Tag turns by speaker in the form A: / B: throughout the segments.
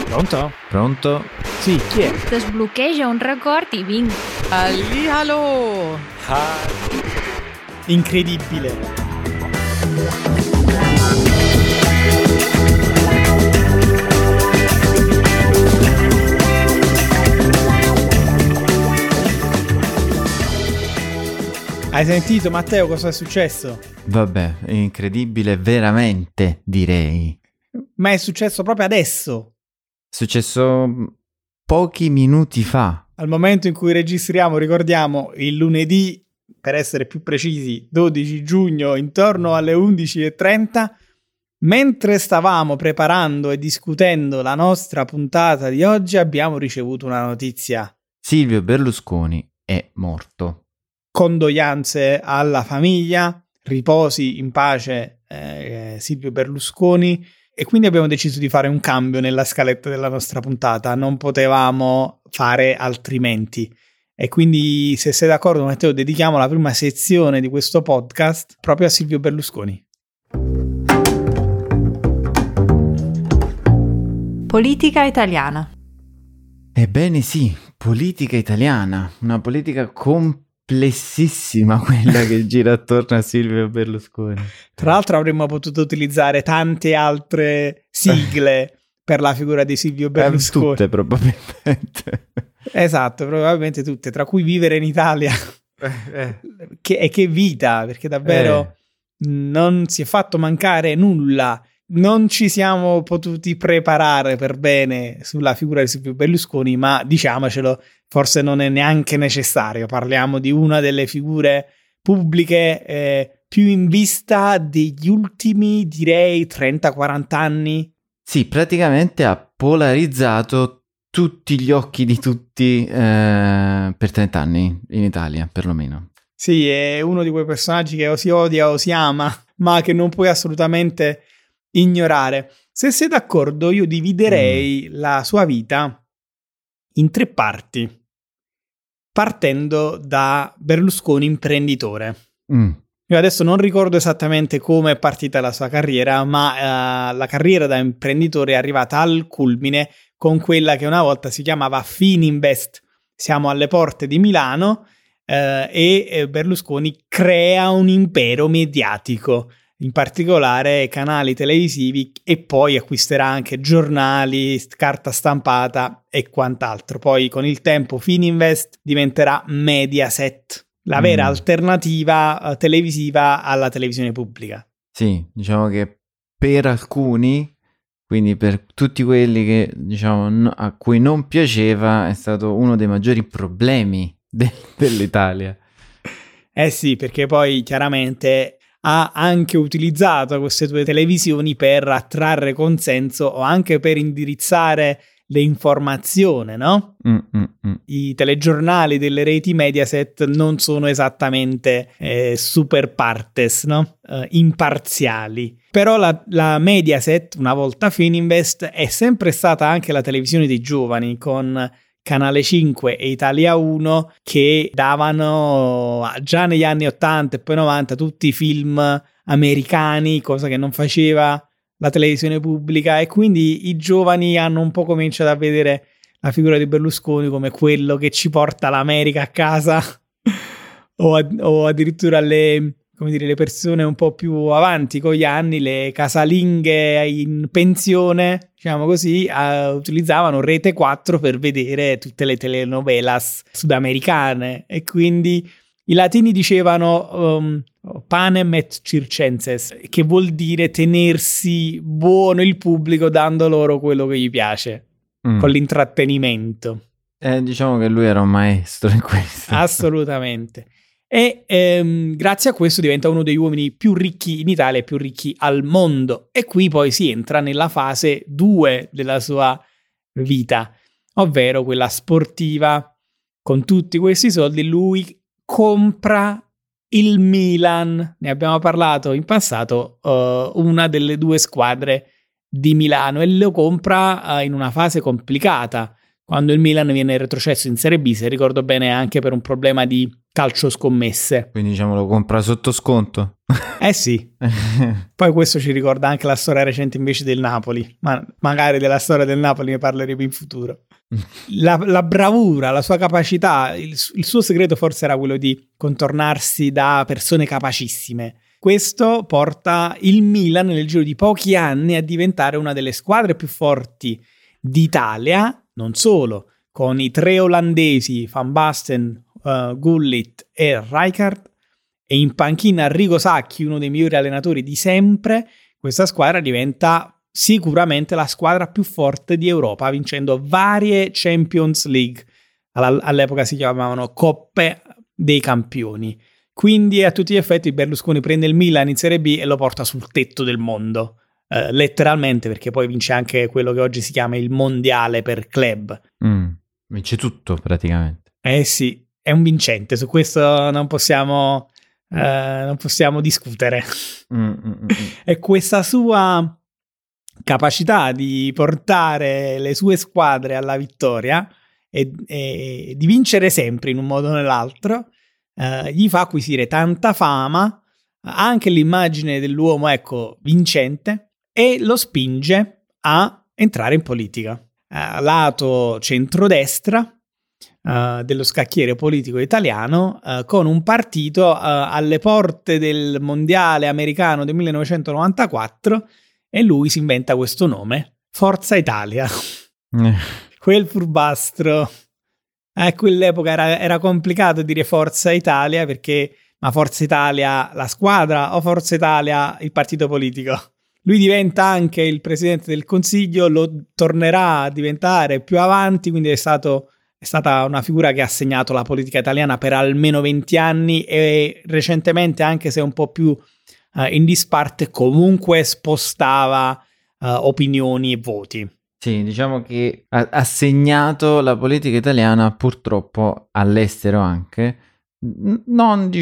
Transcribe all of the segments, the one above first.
A: Pronto?
B: Pronto?
A: Sì, chi è?
C: Desbloqueja un record i vinc.
D: Hallihallo!
A: Incredibile. Hai sentito, Matteo, cosa è successo?
B: Vabbè, è incredibile, veramente, direi.
A: Ma è successo proprio adesso.
B: È successo pochi minuti fa.
A: Al momento in cui registriamo, ricordiamo, il lunedì, per essere più precisi, 12 giugno, intorno alle 11:30, mentre stavamo preparando e discutendo la nostra puntata di oggi, abbiamo ricevuto una notizia.
B: Silvio Berlusconi è morto.
A: Condoglianze alla famiglia, riposi in pace Silvio Berlusconi, e quindi abbiamo deciso di fare un cambio nella scaletta della nostra puntata, non potevamo fare altrimenti. E quindi, se sei d'accordo, Matteo, dedichiamo la prima sezione di questo podcast proprio a Silvio Berlusconi.
C: Politica italiana.
B: Ebbene sì, politica italiana, una politica complessissima quella che gira attorno a Silvio Berlusconi.
A: Tra l'altro avremmo potuto utilizzare tante altre sigle per la figura di Silvio Berlusconi.
B: Tutte probabilmente.
A: Esatto, probabilmente tutte, tra cui Vivere in Italia. Che vita, perché davvero non si è fatto mancare nulla. Non ci siamo potuti preparare per bene sulla figura di Silvio Berlusconi, ma diciamocelo, forse non è neanche necessario. Parliamo di una delle figure pubbliche più in vista degli ultimi, direi, 30-40 anni.
B: Sì, praticamente ha polarizzato tutti gli occhi di tutti per 30 anni in Italia, perlomeno.
A: Sì, è uno di quei personaggi che o si odia o si ama, ma che non puoi assolutamente ignorare. Se sei d'accordo, io dividerei la sua vita in 3 parti, partendo da Berlusconi imprenditore. Io adesso non ricordo esattamente come è partita la sua carriera, ma la carriera da imprenditore è arrivata al culmine con quella che una volta si chiamava Fininvest. Siamo alle porte di Milano e Berlusconi crea un impero mediatico, in particolare canali televisivi, e poi acquisterà anche giornali, carta stampata e quant'altro. Poi con il tempo Fininvest diventerà Mediaset, la vera alternativa televisiva alla televisione pubblica.
B: Sì, diciamo che per alcuni, quindi per tutti quelli che diciamo a cui non piaceva, è stato uno dei maggiori problemi dell'Italia.
A: Sì, perché poi chiaramente ha anche utilizzato queste 2 televisioni per attrarre consenso o anche per indirizzare le informazioni, no? I telegiornali delle reti Mediaset non sono esattamente super partes, no? Imparziali. Però la Mediaset, una volta Fininvest, è sempre stata anche la televisione dei giovani, con Canale 5 e Italia 1 che davano già negli anni 80 e poi 90 tutti i film americani, cosa che non faceva la televisione pubblica, e quindi i giovani hanno un po' cominciato a vedere la figura di Berlusconi come quello che ci porta l'America a casa o addirittura le persone un po' più avanti con gli anni, le casalinghe in pensione, diciamo così, utilizzavano Rete 4 per vedere tutte le telenovelas sudamericane, e quindi i latini dicevano panem et circenses, che vuol dire tenersi buono il pubblico dando loro quello che gli piace, con l'intrattenimento.
B: Diciamo che lui era un maestro in questo.
A: Assolutamente. E grazie a questo diventa uno degli uomini più ricchi in Italia e più ricchi al mondo. E qui poi si entra nella fase 2 della sua vita, ovvero quella sportiva. Con tutti questi soldi lui compra il Milan, ne abbiamo parlato in passato, una delle 2 squadre di Milano, e lo compra in una fase complicata, quando il Milan viene retrocesso in Serie B, se ricordo bene, anche per un problema di calcio scommesse.
B: Quindi diciamo lo compra sotto sconto.
A: Eh sì. Poi questo ci ricorda anche la storia recente invece del Napoli, ma magari della storia del Napoli ne parleremo in futuro. La bravura, la sua capacità, il suo segreto forse era quello di contornarsi da persone capacissime. Questo porta il Milan nel giro di pochi anni a diventare una delle squadre più forti d'Italia, non solo, con i 3 olandesi, Van Basten, Gullit e Rijkaard, e in panchina Arrigo Sacchi, uno dei migliori allenatori di sempre. Questa squadra diventa sicuramente la squadra più forte di Europa, vincendo varie Champions League, all'epoca si chiamavano Coppe dei Campioni. Quindi a tutti gli effetti Berlusconi prende il Milan in Serie B e lo porta sul tetto del mondo. Letteralmente, perché poi vince anche quello che oggi si chiama il mondiale per club.
B: Vince tutto praticamente.
A: Eh sì, è un vincente, su questo non possiamo discutere. E questa sua capacità di portare le sue squadre alla vittoria e di vincere sempre in un modo o nell'altro gli fa acquisire tanta fama, anche l'immagine dell'uomo, ecco, vincente, e lo spinge a entrare in politica. Lato centrodestra dello scacchiere politico italiano, con un partito alle porte del mondiale americano del 1994, e lui si inventa questo nome, Forza Italia. Quel furbastro. A quell'epoca era complicato dire Forza Italia, perché ma Forza Italia la squadra o Forza Italia il partito politico? Lui diventa anche il presidente del Consiglio, lo tornerà a diventare più avanti, quindi è stata una figura che ha segnato la politica italiana per almeno 20 anni e recentemente, anche se un po' più in disparte, comunque spostava opinioni e voti.
B: Sì, diciamo che ha segnato la politica italiana purtroppo all'estero anche, non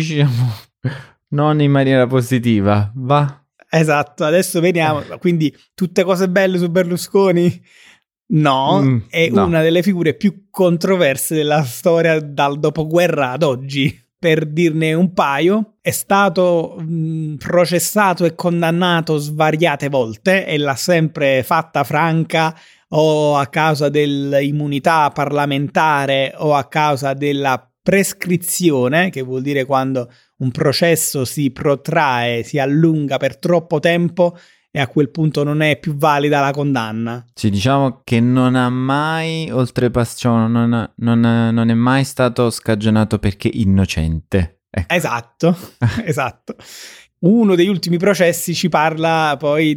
B: in maniera positiva, va?
A: Esatto, adesso vediamo, quindi tutte cose belle su Berlusconi? No, è
B: no.
A: Una delle figure più controverse della storia dal dopoguerra ad oggi. Per dirne un paio, è stato processato e condannato svariate volte e l'ha sempre fatta franca, o a causa dell'immunità parlamentare o a causa della prescrizione, che vuol dire quando un processo si protrae, si allunga per troppo tempo e a quel punto non è più valida la condanna.
B: Sì, diciamo che non ha mai oltrepassato, non è mai stato scagionato perché innocente. Ecco.
A: Esatto. Uno degli ultimi processi ci parla poi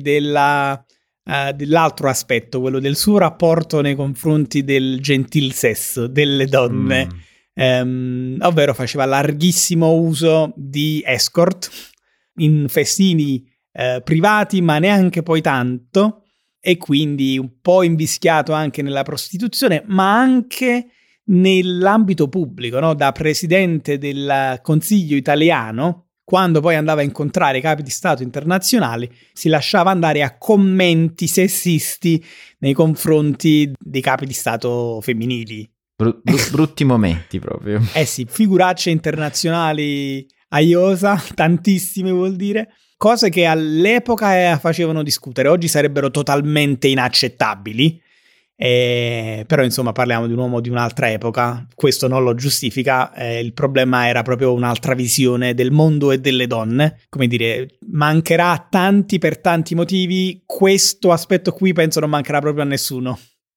A: dell'altro aspetto, quello del suo rapporto nei confronti del gentil sesso, delle donne, ovvero faceva larghissimo uso di escort in festini privati, ma neanche poi tanto, e quindi un po' invischiato anche nella prostituzione, ma anche nell'ambito pubblico, no? Da presidente del Consiglio italiano, quando poi andava a incontrare i capi di Stato internazionali, si lasciava andare a commenti sessisti nei confronti dei capi di Stato femminili.
B: Brutti momenti proprio.
A: Eh sì, figuracce internazionali a iosa, tantissime vuol dire, cose che all'epoca facevano discutere, oggi sarebbero totalmente inaccettabili. Però insomma parliamo di un uomo di un'altra epoca, questo non lo giustifica, il problema era proprio un'altra visione del mondo e delle donne, come dire, mancherà a tanti per tanti motivi, questo aspetto qui penso non mancherà proprio a nessuno.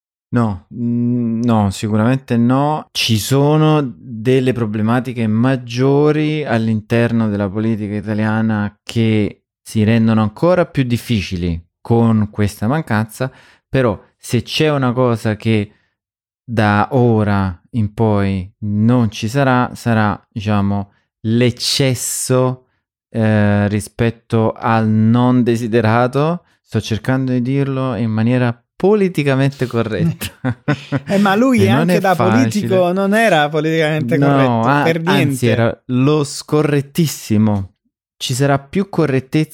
B: No, sicuramente no. Ci sono delle problematiche maggiori all'interno della politica italiana che si rendono ancora più difficili con questa mancanza, però se c'è una cosa che da ora in poi non ci sarà, diciamo, l'eccesso rispetto al non desiderato. Sto cercando di dirlo in maniera politicamente corretta.
A: Ma lui anche da
B: facile.
A: Politico non era politicamente corretto, per niente.
B: Anzi, era lo scorrettissimo. Ci sarà più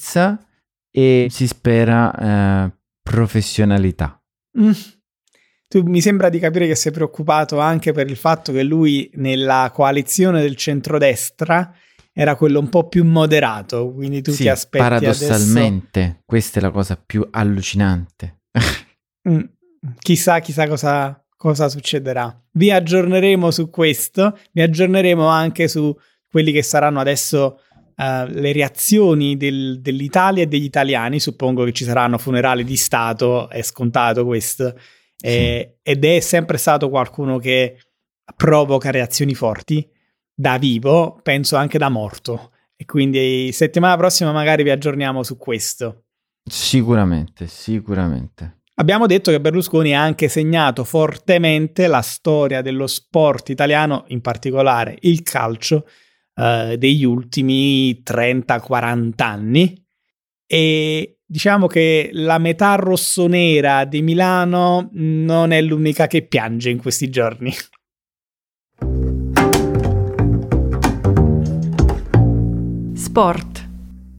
B: correttezza e si spera professionalità.
A: Tu mi sembra di capire che sei preoccupato anche per il fatto che lui nella coalizione del centrodestra era quello un po' più moderato, quindi tu
B: Sì,
A: ti aspetti
B: paradossalmente, questa è la cosa più allucinante.
A: Chissà cosa succederà. Vi aggiorneremo su questo, vi aggiorneremo anche su quelli che saranno adesso le reazioni dell'Italia e degli italiani. Suppongo che ci saranno funerali di Stato, è scontato questo.
B: Sì.
A: Ed è sempre stato qualcuno che provoca reazioni forti da vivo, penso anche da morto, e quindi settimana prossima magari vi aggiorniamo su questo.
B: Sicuramente.
A: Abbiamo detto che Berlusconi ha anche segnato fortemente la storia dello sport italiano, in particolare il calcio, degli ultimi 30-40 anni, e diciamo che la metà rossonera di Milano non è l'unica che piange in questi giorni.
C: Sport.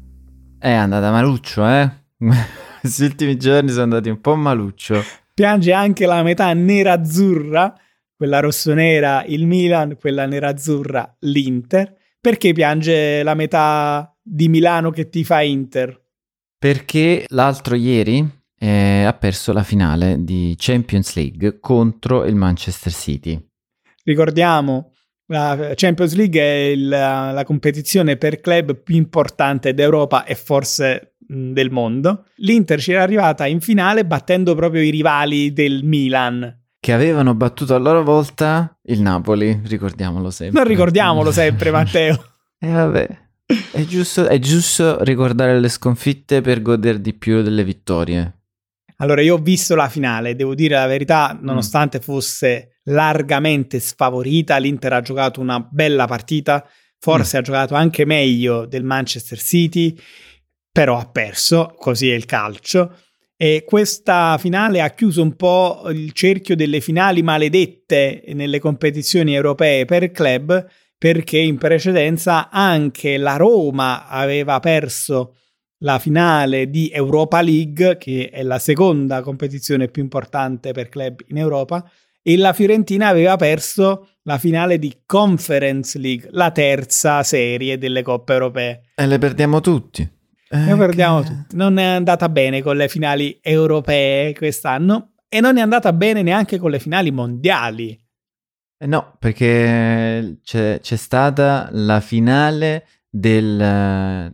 B: È andata maluccio, Questi ultimi giorni sono andati un po' maluccio.
A: Piange anche la metà nerazzurra, quella rossonera il Milan, quella nerazzurra l'Inter. Perché piange la metà di Milano che tifa Inter?
B: Perché l'altro ieri ha perso la finale di Champions League contro il Manchester City.
A: Ricordiamo, la Champions League è la competizione per club più importante d'Europa e forse del mondo. L'Inter ci era arrivata in finale battendo proprio i rivali del Milan,
B: che avevano battuto a loro volta il Napoli, ricordiamolo sempre.
A: Non ricordiamolo sempre, Matteo.
B: Vabbè, è giusto ricordare le sconfitte per godere di più delle vittorie.
A: Allora, io ho visto la finale, devo dire la verità, nonostante fosse largamente sfavorita, l'Inter ha giocato una bella partita, forse ha giocato anche meglio del Manchester City, però ha perso, così è il calcio. E questa finale ha chiuso un po' il cerchio delle finali maledette nelle competizioni europee per club, perché in precedenza anche la Roma aveva perso la finale di Europa League, che è la seconda competizione più importante per club in Europa, e la Fiorentina aveva perso la finale di Conference League, la terza serie delle coppe europee.
B: E le perdiamo tutti.
A: Le perdiamo tutti. Non è andata bene con le finali europee quest'anno e non è andata bene neanche con le finali mondiali.
B: No, perché c'è stata la finale della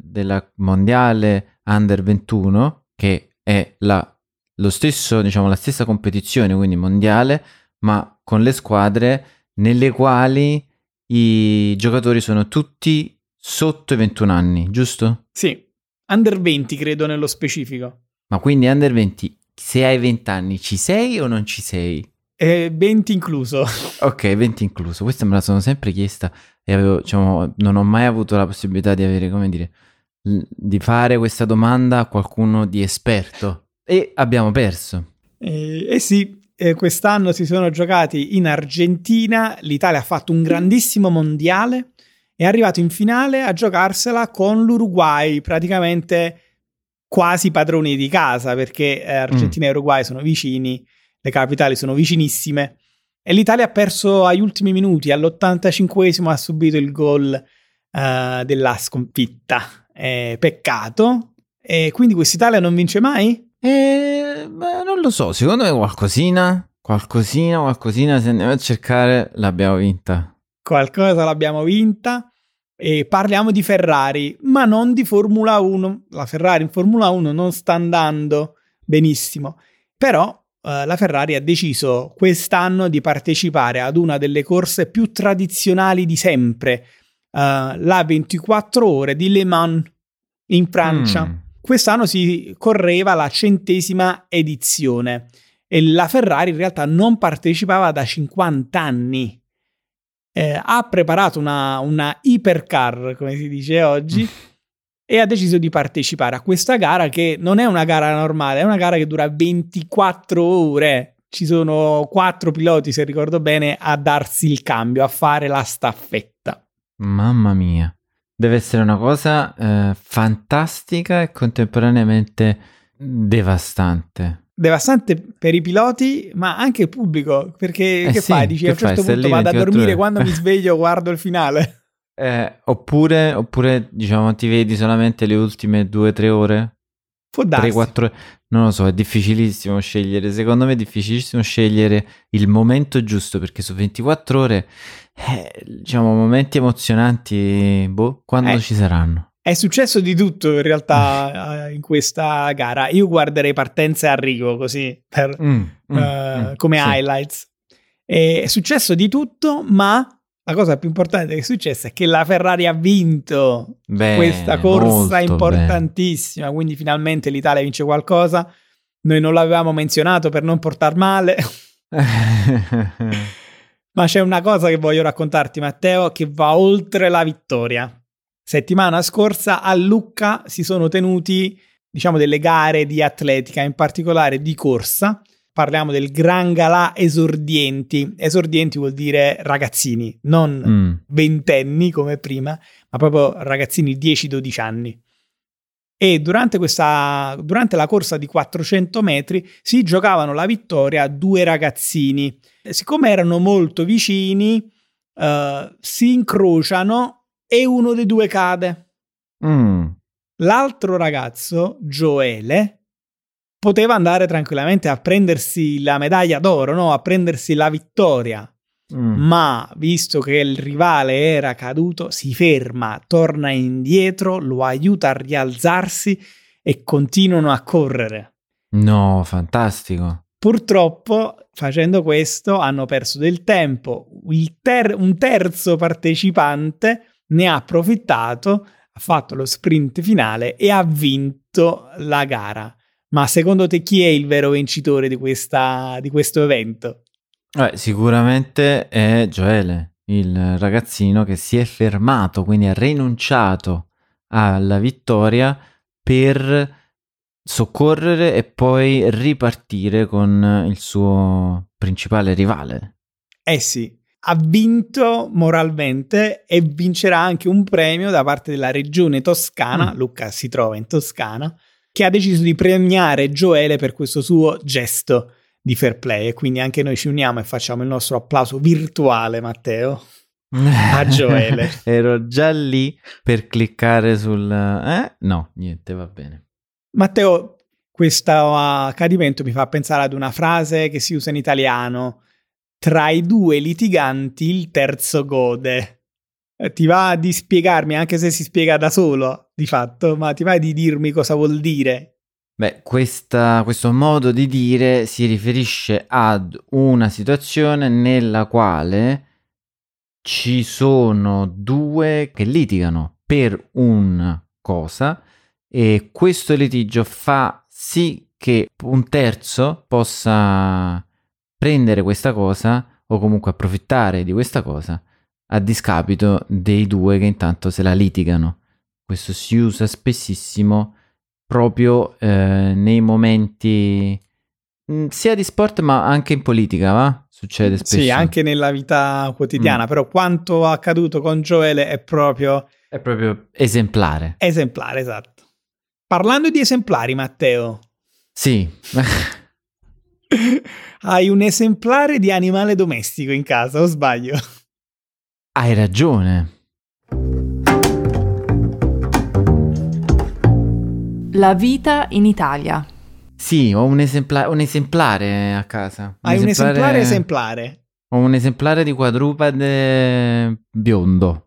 B: mondiale Under 21, che è lo stesso, diciamo, la stessa competizione, quindi mondiale, ma con le squadre nelle quali i giocatori sono tutti sotto i 21 anni, giusto?
A: Sì, Under 20 credo nello specifico.
B: Ma quindi Under 20, se hai 20 anni ci sei o non ci sei?
A: 20 incluso.
B: Ok, 20 incluso. Questa me la sono sempre chiesta e non ho mai avuto la possibilità di avere, come dire, di fare questa domanda a qualcuno di esperto. E abbiamo perso.
A: Sì, quest'anno si sono giocati in Argentina. L'Italia ha fatto un grandissimo mondiale. È arrivato in finale a giocarsela con l'Uruguay, praticamente quasi padroni di casa, perché Argentina e Uruguay sono vicini. Le capitali sono vicinissime e l'Italia ha perso agli ultimi minuti, all'85esimo ha subito il gol della sconfitta. Peccato. E quindi quest'Italia non vince mai?
B: Non lo so, secondo me qualcosina, se andiamo a cercare l'abbiamo vinta.
A: Qualcosa l'abbiamo vinta. E parliamo di Ferrari, ma non di Formula 1. La Ferrari in Formula 1 non sta andando benissimo, però la Ferrari ha deciso quest'anno di partecipare ad una delle corse più tradizionali di sempre, la 24 ore di Le Mans in Francia. Quest'anno si correva la 100ª edizione e la Ferrari in realtà non partecipava da 50 anni. Ha preparato una hypercar, come si dice oggi, e ha deciso di partecipare a questa gara, che non è una gara normale, è una gara che dura 24 ore. Ci sono 4 piloti, se ricordo bene, a darsi il cambio, a fare la staffetta.
B: Mamma mia, deve essere una cosa fantastica e contemporaneamente devastante.
A: devastante per i piloti, ma anche il pubblico, perché che
B: sì,
A: fai? Dici
B: che
A: a un certo
B: fai? Stai
A: punto
B: lì
A: vado a
B: 24
A: dormire,
B: ore.
A: quando mi sveglio guardo il finale.
B: Oppure, diciamo, ti vedi solamente le ultime 2-3 ore?
A: Può darsi.
B: 3-4 ore? Non lo so, è difficilissimo scegliere. Secondo me è difficilissimo scegliere il momento giusto, perché su 24 ore, diciamo, momenti emozionanti, quando ci saranno?
A: È successo di tutto in realtà in questa gara. Io guarderei partenza e arrivo così come
B: sì.
A: highlights. È successo di tutto, ma la cosa più importante che è successa è che la Ferrari ha vinto questa corsa importantissima. Bene. Quindi finalmente l'Italia vince qualcosa. Noi non l'avevamo menzionato per non portar male. Ma c'è una cosa che voglio raccontarti, Matteo, che va oltre la vittoria. Settimana scorsa a Lucca si sono tenuti, diciamo, delle gare di atletica, in particolare di corsa. Parliamo del Gran Galà Esordienti. Esordienti vuol dire ragazzini, non ventenni come prima, ma proprio ragazzini 10-12 anni. E durante la corsa di 400 metri si giocavano la vittoria a 2 ragazzini. Siccome erano molto vicini, si incrociano e uno dei 2 cade. L'altro ragazzo, Gioele, poteva andare tranquillamente a prendersi la medaglia d'oro, no? A prendersi la vittoria. Ma visto che il rivale era caduto, si ferma, torna indietro, lo aiuta a rialzarsi e continuano a correre.
B: No, fantastico.
A: Purtroppo, facendo questo, hanno perso del tempo. Un terzo partecipante ne ha approfittato, ha fatto lo sprint finale e ha vinto la gara. Ma secondo te chi è il vero vincitore di questo evento?
B: Sicuramente è Gioele, il ragazzino che si è fermato, quindi ha rinunciato alla vittoria per soccorrere e poi ripartire con il suo principale rivale.
A: Sì, ha vinto moralmente e vincerà anche un premio da parte della regione toscana. Lucca si trova in Toscana, che ha deciso di premiare Gioele per questo suo gesto di fair play, e quindi anche noi ci uniamo e facciamo il nostro applauso virtuale, Matteo, a Gioele.
B: Ero già lì per cliccare sul... No, niente, va bene.
A: Matteo, questo accadimento mi fa pensare ad una frase che si usa in italiano: tra i 2 litiganti il terzo gode. Ti va di spiegarmi, anche se si spiega da solo di fatto, ma ti va di dirmi cosa vuol dire?
B: Beh, questo modo di dire si riferisce ad una situazione nella quale ci sono 2 che litigano per una cosa e questo litigio fa sì che un terzo possa prendere questa cosa o comunque approfittare di questa cosa a discapito dei 2 che intanto se la litigano. Questo si usa spessissimo proprio nei momenti sia di sport ma anche in politica, va? Succede spesso.
A: Sì, anche nella vita quotidiana, però quanto accaduto con Gioele è proprio
B: esemplare.
A: Esemplare, esatto. Parlando di esemplari, Matteo.
B: Sì.
A: Hai un esemplare di animale domestico in casa, o sbaglio?
B: Hai ragione.
C: La vita in Italia.
B: Sì, ho un esemplare a casa.
A: Hai un esemplare?
B: Ho un esemplare di quadrupede biondo.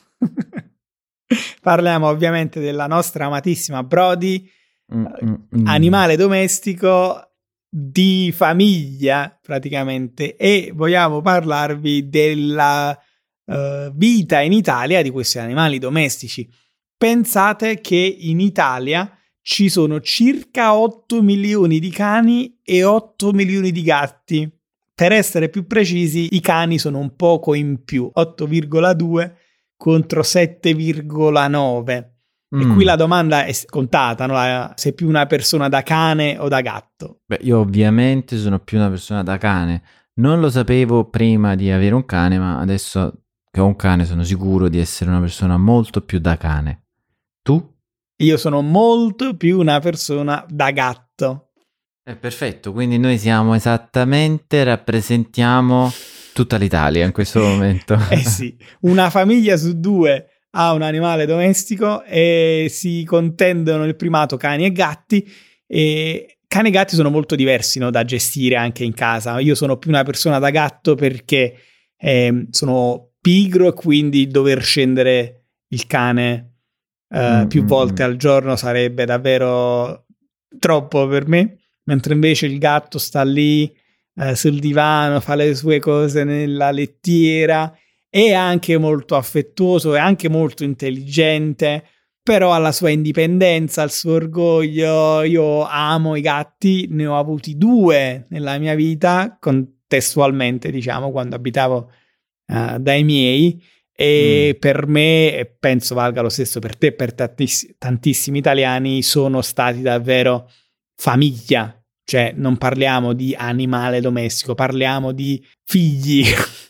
A: Parliamo ovviamente della nostra amatissima Brody, animale domestico di famiglia praticamente, e vogliamo parlarvi della vita in Italia di questi animali domestici. Pensate che in Italia ci sono circa 8 milioni di cani e 8 milioni di gatti. Per essere più precisi, i cani sono un poco in più, 8,2 contro 7,9. E qui la domanda è scontata, no? Sei più una persona da cane o da gatto?
B: Beh, io ovviamente sono più una persona da cane. Non lo sapevo prima di avere un cane, ma adesso che ho un cane sono sicuro di essere una persona molto più da cane. Tu?
A: Io sono molto più una persona da gatto.
B: È perfetto, quindi noi siamo rappresentiamo tutta l'Italia in questo momento.
A: Sì, una famiglia su 2 ha un animale domestico e si contendono il primato cani e gatti. E cani e gatti sono molto diversi, no, da gestire anche in casa. Io sono più una persona da gatto perché sono pigro e quindi dover scendere il cane più volte al giorno sarebbe davvero troppo per me. Mentre invece il gatto sta lì sul divano, fa le sue cose nella lettiera, è anche molto affettuoso, è anche molto intelligente, però ha la sua indipendenza, il suo orgoglio. Io amo i gatti, ne ho avuti 2 nella mia vita, contestualmente, diciamo, quando abitavo dai miei, e per me, e penso valga lo stesso per te, per tantissimi italiani, sono stati davvero famiglia, cioè non parliamo di animale domestico, parliamo di figli.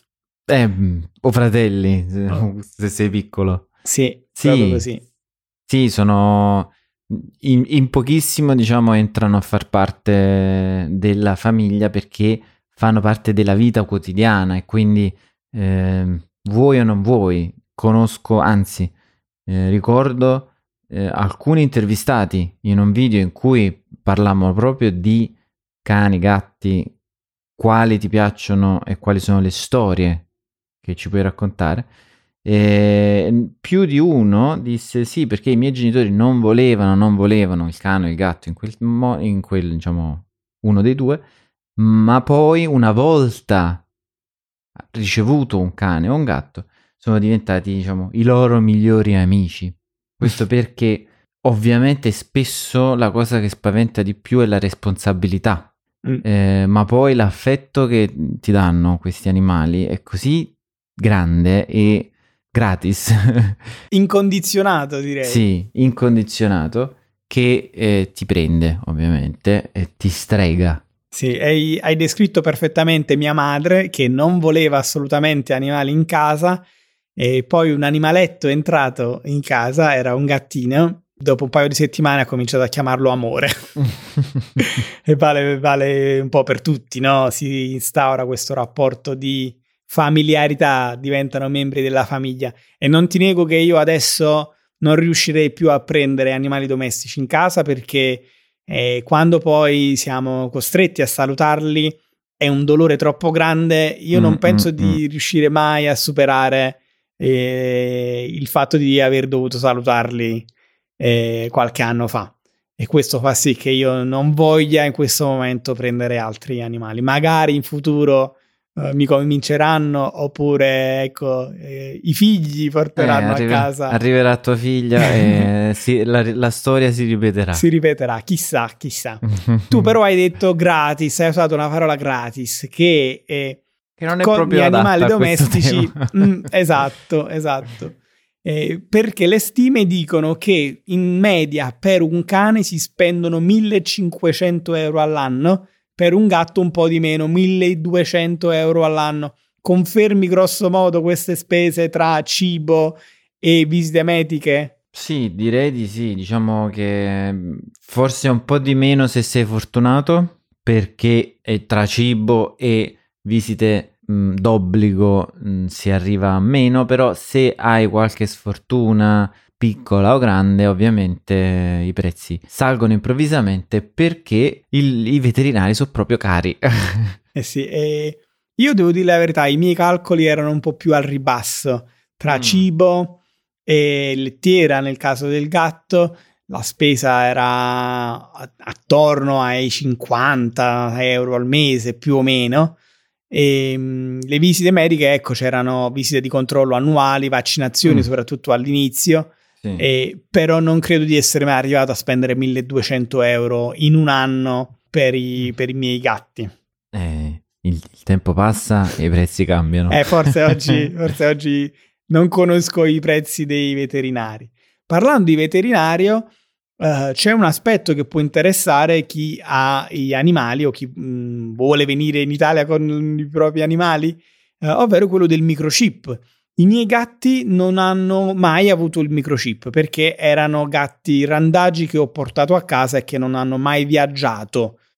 B: O fratelli, se sei piccolo.
A: Sì, proprio così.
B: Sì, sono in pochissimo, diciamo, entrano a far parte della famiglia perché fanno parte della vita quotidiana e quindi vuoi o non vuoi, conosco, anzi, ricordo alcuni intervistati in un video in cui parlavamo proprio di cani, gatti, quali ti piacciono e quali sono le storie che ci puoi raccontare. Più di uno disse sì, perché i miei genitori non volevano il cane o il gatto in quel diciamo uno dei 2, ma poi una volta ricevuto un cane o un gatto sono diventati, diciamo, i loro migliori amici. Questo perché ovviamente spesso la cosa che spaventa di più è la responsabilità, ma poi l'affetto che ti danno questi animali è così grande e gratis.
A: Incondizionato, direi.
B: Sì, incondizionato, che ti prende ovviamente e ti strega.
A: Sì, hai descritto perfettamente mia madre che non voleva assolutamente animali in casa e poi un animaletto è entrato in casa, era un gattino, dopo un paio di settimane ha cominciato a chiamarlo amore. E vale un po' per tutti, no? Si instaura questo rapporto di familiarità, diventano membri della famiglia. E non ti nego che io adesso non riuscirei più a prendere animali domestici in casa perché quando poi siamo costretti a salutarli è un dolore troppo grande. Io non penso di riuscire mai a superare il fatto di aver dovuto salutarli qualche anno fa, e questo fa sì che io non voglia in questo momento prendere altri animali. Magari in futuro mi convinceranno, oppure ecco i figli porteranno a casa.
B: Arriverà tua figlia e la storia si ripeterà.
A: Chissà. Tu però hai detto gratis, hai usato una parola gratis che
B: non è
A: con
B: proprio
A: gli animali
B: adatta a
A: domestici. Esatto. Perché le stime dicono che in media per un cane si spendono 1.500 euro all'anno, per un gatto un po' di meno, 1.200 euro all'anno. Confermi grosso modo queste spese tra cibo e visite mediche?
B: Sì, direi di sì. Diciamo che forse un po' di meno se sei fortunato, perché tra cibo e visite d'obbligo si arriva a meno, però se hai qualche sfortuna piccola o grande, ovviamente i prezzi salgono improvvisamente perché i veterinari sono proprio cari.
A: Sì, io devo dire la verità, i miei calcoli erano un po' più al ribasso tra cibo e lettiera. Nel caso del gatto la spesa era attorno ai 50 euro al mese più o meno. E le visite mediche, ecco, c'erano visite di controllo annuali, vaccinazioni soprattutto all'inizio. Sì. Però non credo di essere mai arrivato a spendere 1.200 euro in un anno per i miei gatti.
B: Il tempo passa e i prezzi cambiano.
A: Forse oggi non conosco i prezzi dei veterinari. Parlando di veterinario, c'è un aspetto che può interessare chi ha gli animali o chi vuole venire in Italia con i propri animali, ovvero quello del microchip. I miei gatti non hanno mai avuto il microchip perché erano gatti randagi che ho portato a casa e che non hanno mai viaggiato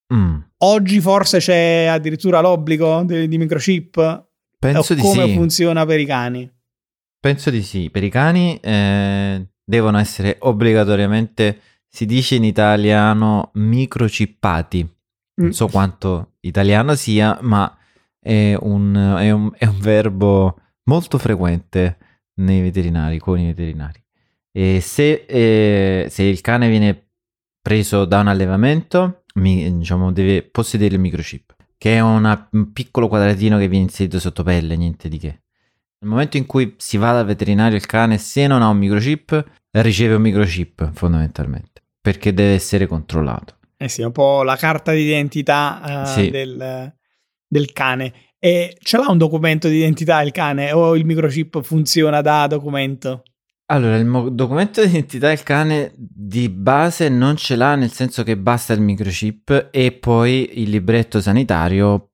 A: Oggi forse c'è addirittura l'obbligo di microchip?
B: Penso di
A: come
B: sì.
A: funziona per i cani?
B: Penso di sì. Per i cani devono essere obbligatoriamente, si dice in italiano, microchippati. Non so quanto italiano sia, ma è un verbo molto frequente nei veterinari, con i veterinari. E se il cane viene preso da un allevamento, diciamo, deve possedere il microchip, che è un piccolo quadratino che viene inserito sotto pelle, niente di che. Nel momento in cui si va dal veterinario, il cane, se non ha un microchip, riceve un microchip fondamentalmente, perché deve essere controllato.
A: Sì, un po' la carta d'identità
B: Sì.
A: del cane. E ce l'ha un documento di identità il cane o il microchip funziona da documento?
B: Allora, il documento di identità del cane di base non ce l'ha, nel senso che basta il microchip e poi il libretto sanitario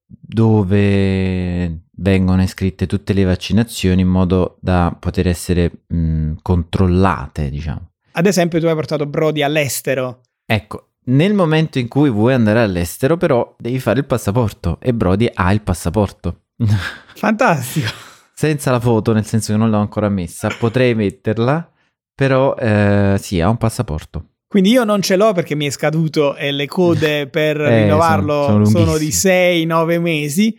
B: dove vengono iscritte tutte le vaccinazioni in modo da poter essere controllate, diciamo.
A: Ad esempio, tu hai portato Brody all'estero.
B: Ecco, nel momento in cui vuoi andare all'estero, però devi fare il passaporto e Brody ha il passaporto.
A: Fantastico.
B: Senza la foto, nel senso che non l'ho ancora messa, potrei metterla, però sì, ha un passaporto.
A: Quindi io non ce l'ho perché mi è scaduto e le code per rinnovarlo sono di 6-9 mesi,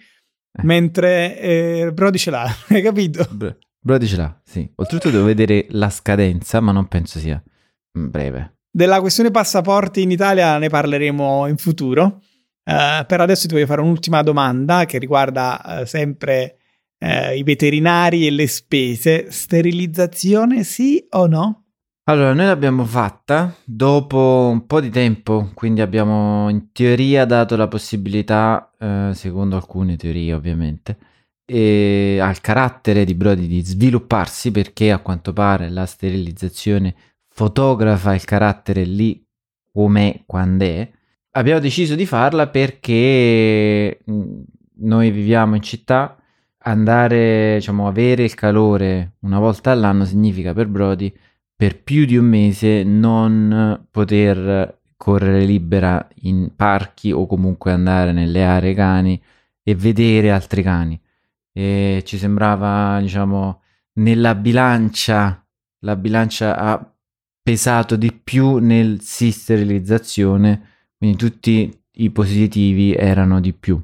A: mentre Brody ce l'ha, hai capito?
B: Brody ce l'ha, sì. Oltretutto devo vedere la scadenza, ma non penso sia breve.
A: Della questione passaporti in Italia ne parleremo in futuro. Per adesso ti voglio fare un'ultima domanda che riguarda sempre i veterinari e le spese. Sterilizzazione sì o no?
B: Allora, noi l'abbiamo fatta dopo un po' di tempo, quindi abbiamo in teoria dato la possibilità, secondo alcune teorie ovviamente, al carattere di Brody di svilupparsi, perché a quanto pare la sterilizzazione fotografa il carattere lì com'è, quando è. Abbiamo deciso di farla perché noi viviamo in città, andare, diciamo, avere il calore una volta all'anno significa per Brody per più di un mese non poter correre libera in parchi o comunque andare nelle aree cani e vedere altri cani. E ci sembrava, diciamo, nella bilancia, la bilancia ha pesato di più nel sì sterilizzazione, quindi tutti i positivi erano di più.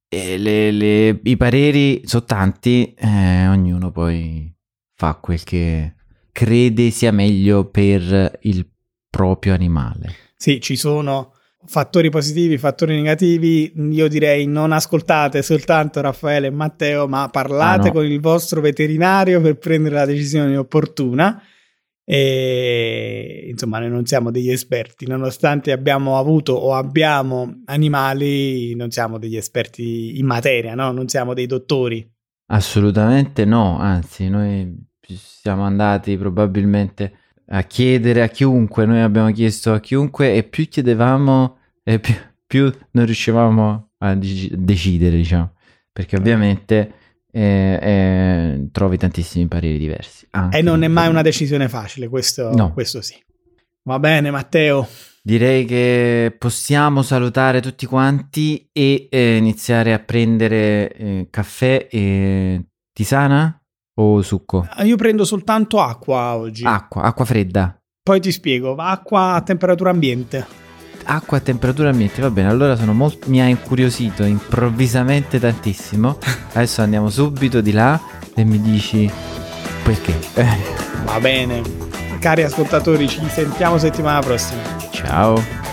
B: E i pareri sono tanti, ognuno poi fa quel che crede sia meglio per il proprio animale.
A: Sì, ci sono fattori positivi, fattori negativi. Io direi non ascoltate soltanto Raffaele e Matteo, ma parlate con il vostro veterinario per prendere la decisione opportuna. E insomma, noi non siamo degli esperti, nonostante abbiamo avuto o abbiamo animali, non siamo degli esperti in materia, no? Non siamo dei dottori.
B: Assolutamente no, anzi noi siamo andati probabilmente a chiedere a chiunque, noi abbiamo chiesto a chiunque e più chiedevamo e più non riuscivamo a decidere, diciamo, perché ovviamente trovi tantissimi pareri diversi.
A: E non è mai una decisione facile, questo sì. Va bene, Matteo.
B: Direi che possiamo salutare tutti quanti e iniziare a prendere caffè e tisana o succo?
A: Io prendo soltanto acqua oggi.
B: Acqua fredda.
A: Poi ti spiego, acqua a temperatura ambiente.
B: Acqua a temperatura ambiente, va bene, allora mi ha incuriosito improvvisamente tantissimo. Adesso andiamo subito di là e mi dici perché.
A: Va bene, cari ascoltatori, ci sentiamo settimana prossima.
B: Ciao.